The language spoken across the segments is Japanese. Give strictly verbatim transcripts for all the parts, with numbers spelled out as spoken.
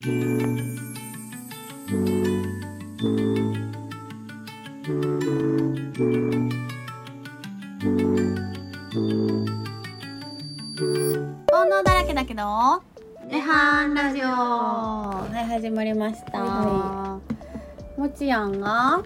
煩悩だらけだけどネハンラジオはい始まりました、はい、もちやんが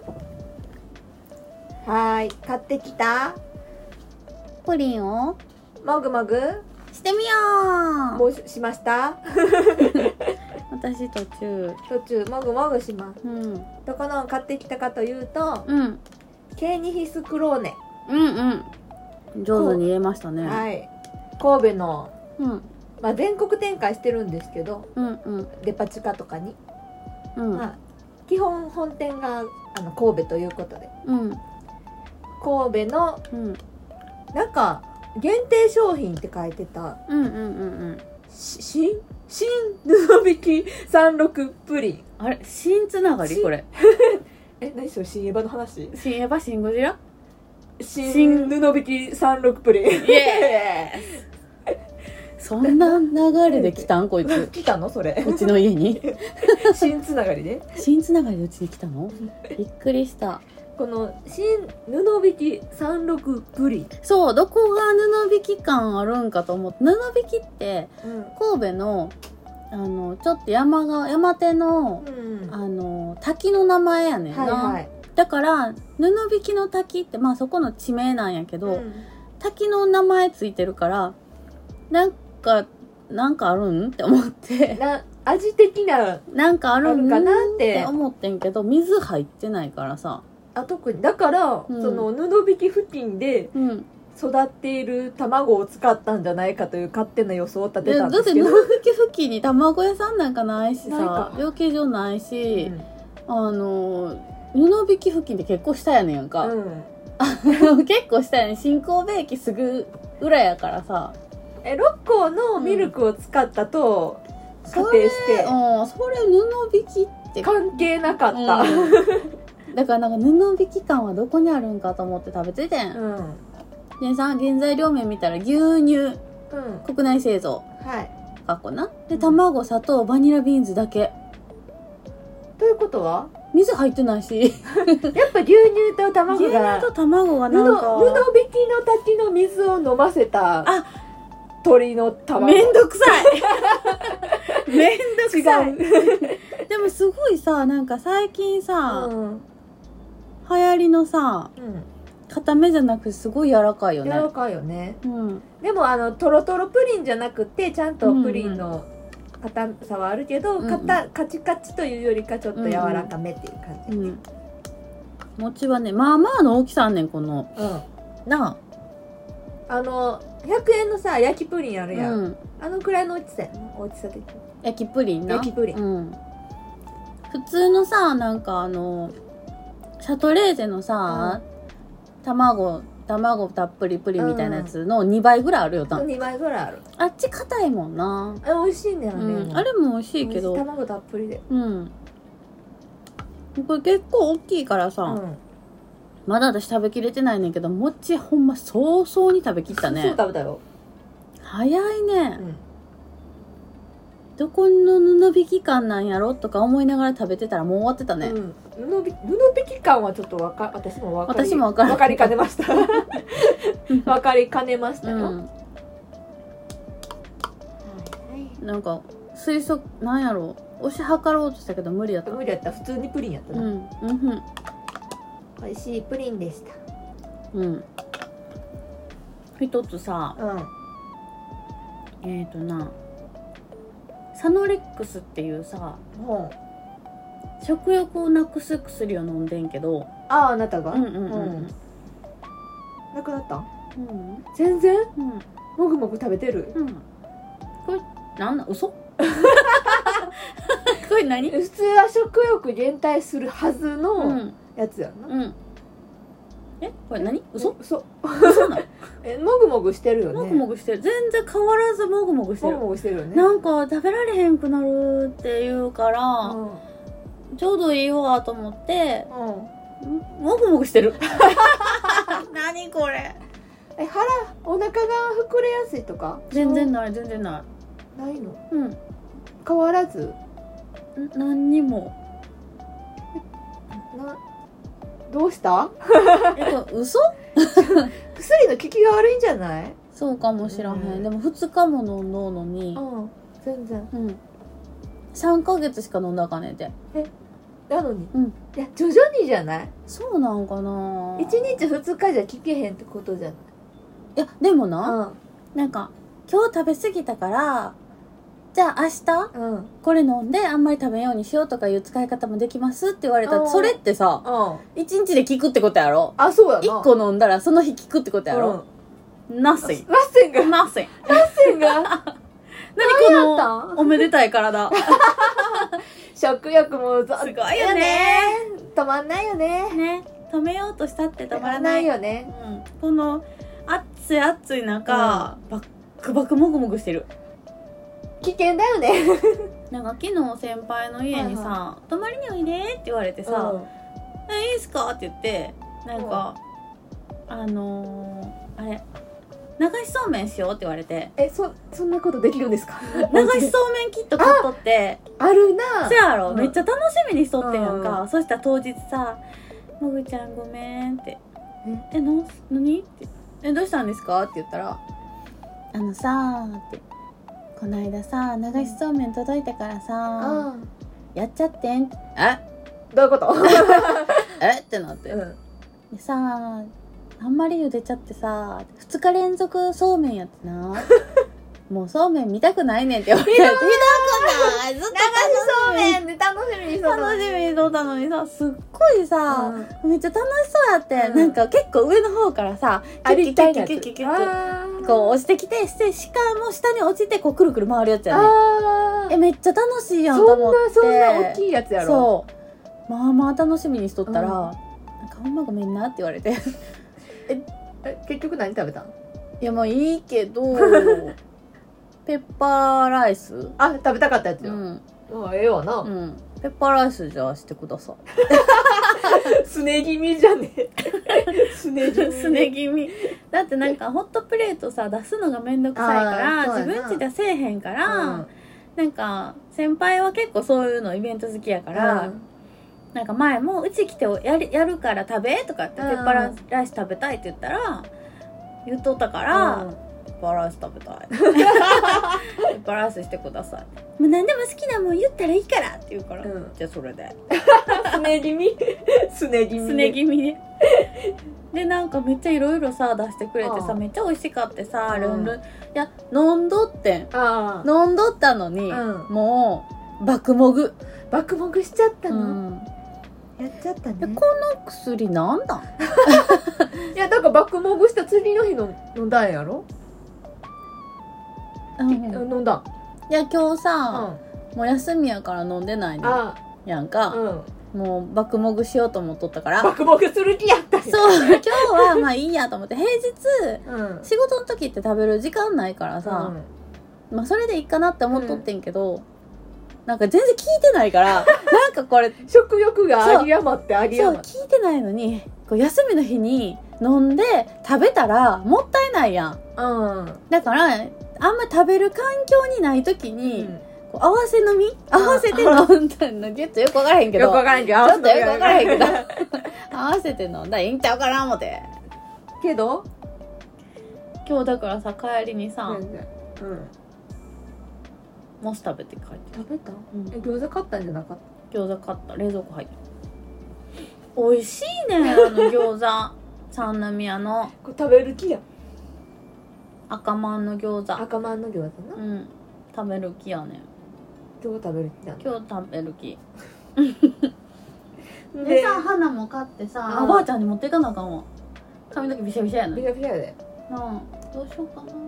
はい買ってきたプリンをもぐもぐしてみよう。 もうしました私途中途中もぐもぐします、 うん、 どこの買ってきたかというと、 うん、 ケーニヒスクローネ、 うんうん上手に言えましたね。 はい、神戸の、 うんまあ、全国展開してるんですけど、 うんうんデパ地下とかに、 うんまあ、基本本店があの神戸ということで、 うん、 神戸の、 うん、 なんか限定商品って書いてた、 うんうんうんうんし新新布引きさんじゅうろくプリン。 あれ新つながりこれえ、何それ、新エヴァの話？ 新エヴァシンゴジラ新布引きさんじゅうろくプリン。イエーイそんな流れで来たんこいつ来たのそれうちの家に新つながりで新つながりでうちに来たのびっくりした。 この新布引きさんじゅうろくプリン、 そうどこが布引き感あるんかと思って、布引きってうん、 神戸のあのちょっと山が山手の、 うん、 あの滝の名前やねんな、 はいはい、 だから布引きの滝ってまあそこの地名なんやけど、 うん、 滝の名前ついてるからなんかなんかあるんって思ってな味的ななんかあるんあるかなっってて思ってんけど水入ってないからさ、 あ特にだから、 うん、 その布引き付近でうん育っている卵を使ったんじゃないかという勝手な予想を立てたんだってですけど、 布引き付近に卵屋さんなんかないしないかさ養鶏場ないし、 うん、 あの布引き付近って結構下やねんやんか、 うん、 結構下やねん。新神戸駅すぐ裏やからさ、 え六甲のミルクを使ったと仮定して、 うん、それ布引きって関係なかった、 うんだからなんか布引き感はどこにあるんかと思って食べててん、 うんでさ原材料名見たら牛乳うん、 国内製造はいかっこなで卵砂糖バニラビーンズだけ、 ということは水入ってないしやっぱ牛乳と卵牛が乳と卵が布なんか布引きの滝の水を飲ませたあ鳥の卵。 めんどくさいめんどくさい違うでもすごいさなんか最近さ、 うん流行りのさうん、 固めじゃなくてすごい柔らかいよね。 柔らかいよね。 うんでもあのトロトロプリンじゃなくてちゃんとプリンの硬さはあるけど、 うんうん、 硬カチカチというよりかちょっと柔らかめっていう感じ。 うんうん、餅はねまあまあの大きさあんねんこの、 うん、 なああのひゃくえんのさ焼きプリンあるやん、 うん、 あのくらいの大きさやな、大きさ的に焼きプリンな焼きプリン、 うん、普通のさなんかあのシャトレーゼのさ、うん、卵卵たっぷりプリンみたいなやつのにばいぐらいあるよな、 にばいぐらいある。 あっち硬いもんな。 あれ美味しいんだよね、 うん、あれも美味しいけど卵たっぷりで、 うんこれ結構大きいからさ、 うん、 まだ私食べきれてないねんけど餅ほんま早々に食べきったね。 そう食べたよ、 早いね、 うん、 どこの布引き感なんやろとか思いながら食べてたらもう終わってたね、 うん、布び布引き感はちょっとわか私もわかり私もわかるわかりかねましたわかりかねましたよ、 うんなんか推測なんやろ押し量ろうとしたけど無理やった。 無理やった、普通にプリンやったな、 うんうん美味しいプリンでした。 うん一つさうんえーとなサノレックスっていうさもう食欲をなくす薬を飲んでんけど、 あああなたがうんうんうんうんなくなったん？ うん全然うんもぐもぐ食べてる。 うんこれなんなん嘘これ何？ 普通は食欲減退するはずうのんやつやんな。 うんえこれ何嘘嘘嘘なの？ えもぐもぐしてるよね。 もぐもぐしてる。全然変わらずもぐもぐしてる。 もぐもぐしてるよね。 なんか食べられへんくなるって言うから、 うんちょうどいいわと思ってうんもぐもぐしてる何これ。 え腹お腹が膨れやすいとか全然ない全然なないの？ い。うん変わらず何にも。 などうした？ えっと嘘？ 薬の効きが悪いんじゃない？ そうかもしらへん、うん、でもふつかも飲んどうのに、 うん、全然、 うん、さんかげつしか飲んだかねて。 えなのに、 うん、 いや徐々にじゃない？ そうなんかな。 いちにちふつかじゃ効けへんってことじゃない？ いやでもな、 うん、 なんか今日食べ過ぎたからじゃあ明日、 うん、 これ飲んであんまり食べんようにしようとかいう使い方もできますって言われたら、それってさ、 うん、 いちにちで効くってことやろ。 あ、そうやな。 いっこ飲んだらその日効くってことやろ。うん、Nothing。 Nothing が Nothing。 Nothing が何このおめでたい体。 食欲もすごいよね。 止まんないよね。 ね、止めようとしたって止まらない。 止まらないよね。 うん、この暑い暑い中、うん、バックバクもぐもぐしてる。 危険だよね。 なんか昨日先輩の家にさ、はいはい、泊まりにおいでって言われてさ、うん、えいいっすかって言ってなんか、うん、あのー、あれ流しそうめんしようって言われて、 えそそんなことできるんですか？ 流しそうめんキット買っとってあるな。 そやろ、うん、めっちゃ楽しみにしとってんやんか、うん、そしたら当日さ「もぐちゃんごめん」って「ええな何?」って「えどうしたんですか?」って言ったら「あのさー」ってこの間さ流しそうめん届いたからさ、うん、やっちゃってん。えどういうことえってなって、うん、でさあんまり茹でちゃってさふつか連続そうめんやってなもうそうめん見たくないねんって言われてひどくないずっと流しそうめんで楽しみにしとった楽しみにしとったのにさすっごいさ、うん、めっちゃ楽しそうやって、うん、なんか結構上の方からさキュキュキュキュキュキュキュこう落ちてきてしてしかも下に落ちてこうくるくる回るやつやね。えめっちゃ楽しいやんと思ってそんなそんな大きいやつやろ。 そうまあまあ楽しみにしとったら、うん、なんかほんまごめんなって言われてええ結局何食べたん？ いやまあいいけどペッパーライスあ食べたかったやつよ。うん、あええわな、 うん、ペッパーライスじゃあしてくださいすね気味じゃねすね気味すね気味だってなんかホットプレートさ出すのがめんどくさいから自分家でせえへんから、うん、なんか先輩は結構そういうのイベント好きやから、うん、なんか前もうち来てやる、やるから食べとかって、うん、ペッパーライス食べたいって言ったら言っとったから、うん、ペッパーライス食べたいペッパーライスしてくださいもう何でも好きなもん言ったらいいからって言うから、うん、じゃあそれですね気味すね気味すね気味ででなんかめっちゃいろいろさ出してくれてさめっちゃ美味しかってさ、うん、ルンルンいや飲んどってん飲んどったのに、うん、もうバクモグバクモグしちゃったの、うん、やっちゃったね。 この薬なんだいやだからバクモグした次の日の飲んだんやろ、うん、飲んだいや今日さ、うん、もう休みやから飲んでないのやんか、うんもうバクモグしようと思っとったからバクモグする気やったんやそう今日はまあいいやと思って平日、うん、仕事の時って食べる時間ないからさ、うん、まあそれでいいかなって思っとってんけど、うん、なんか全然聞いてないからなんかこれ食欲があり余ってあり余ってそう聞いてないのにこう休みの日に飲んで食べたらもったいないやん、うん、だからあんま食べる環境にない時に、うん合わせ飲み合わせて飲んだのちょっとよくわからへんけどよくわからへんけどちょっとよくわからへんけど合わせて飲んだらいいんちゃうかな思ってけど今日だからさ帰りにさ、うん、モス食べて帰って食べた、うん、え餃子買ったんじゃなかった餃子買った冷蔵庫入って美味しいねあの餃子三宮のこれ食べる気や赤まんの餃子赤まんの餃子なうん食べる気やね今日食べる気だ、ね、 今日食べる気でさ花も買ってさおばあちゃんに持っていかなあかんわ髪の毛びしゃびしゃやなびしゃびしゃやでなあどうしようかな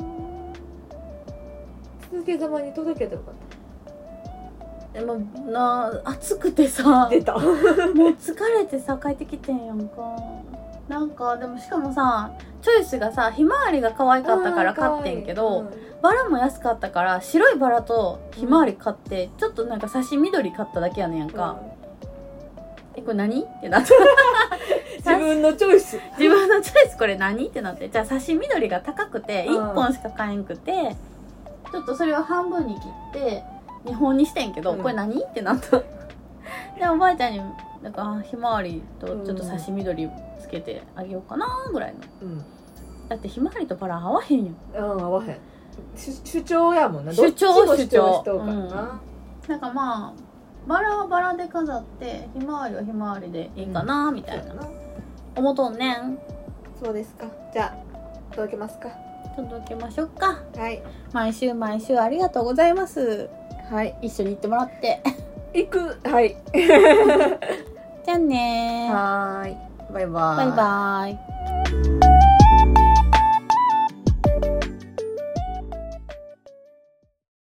続けざまに届けてよかったでもな暑くてさ出たもう疲れてさ帰ってきてんやんかなんかでもしかもさチョイスがさひまわりが可愛かったから買ってんけど、うん、バラも安かったから白いバラとひまわり買って、うん、ちょっとなんか差し緑買っただけやねんやんか、うん、えこれ何ってなって自分のチョイス自分のチョイスこれ何ってなってじゃあ差し緑が高くていっぽんしか買えんくてちょっとそれを半分に切ってにほんにしてんけど、うん、これ何ってなったでおばあちゃんになんかひまわりとちょっと差し緑つけてあげようかなぐらいの、うん、だってひまわりとバラ合わへんよ。 うん、合わへん。主張やもんな。 主張主張かな、うん、 なんかまあバラはバラで飾ってひまわりはひまわりでいいかな、うん、みたいな思うとんねん。 そうですか。じゃあ届けますか。 届けましょうか。 はい。 毎週毎週ありがとうございます。 はい。 一緒に行ってもらって行く。はい。 じゃあねー。 はーい。バイバーイ。 バイバーイ。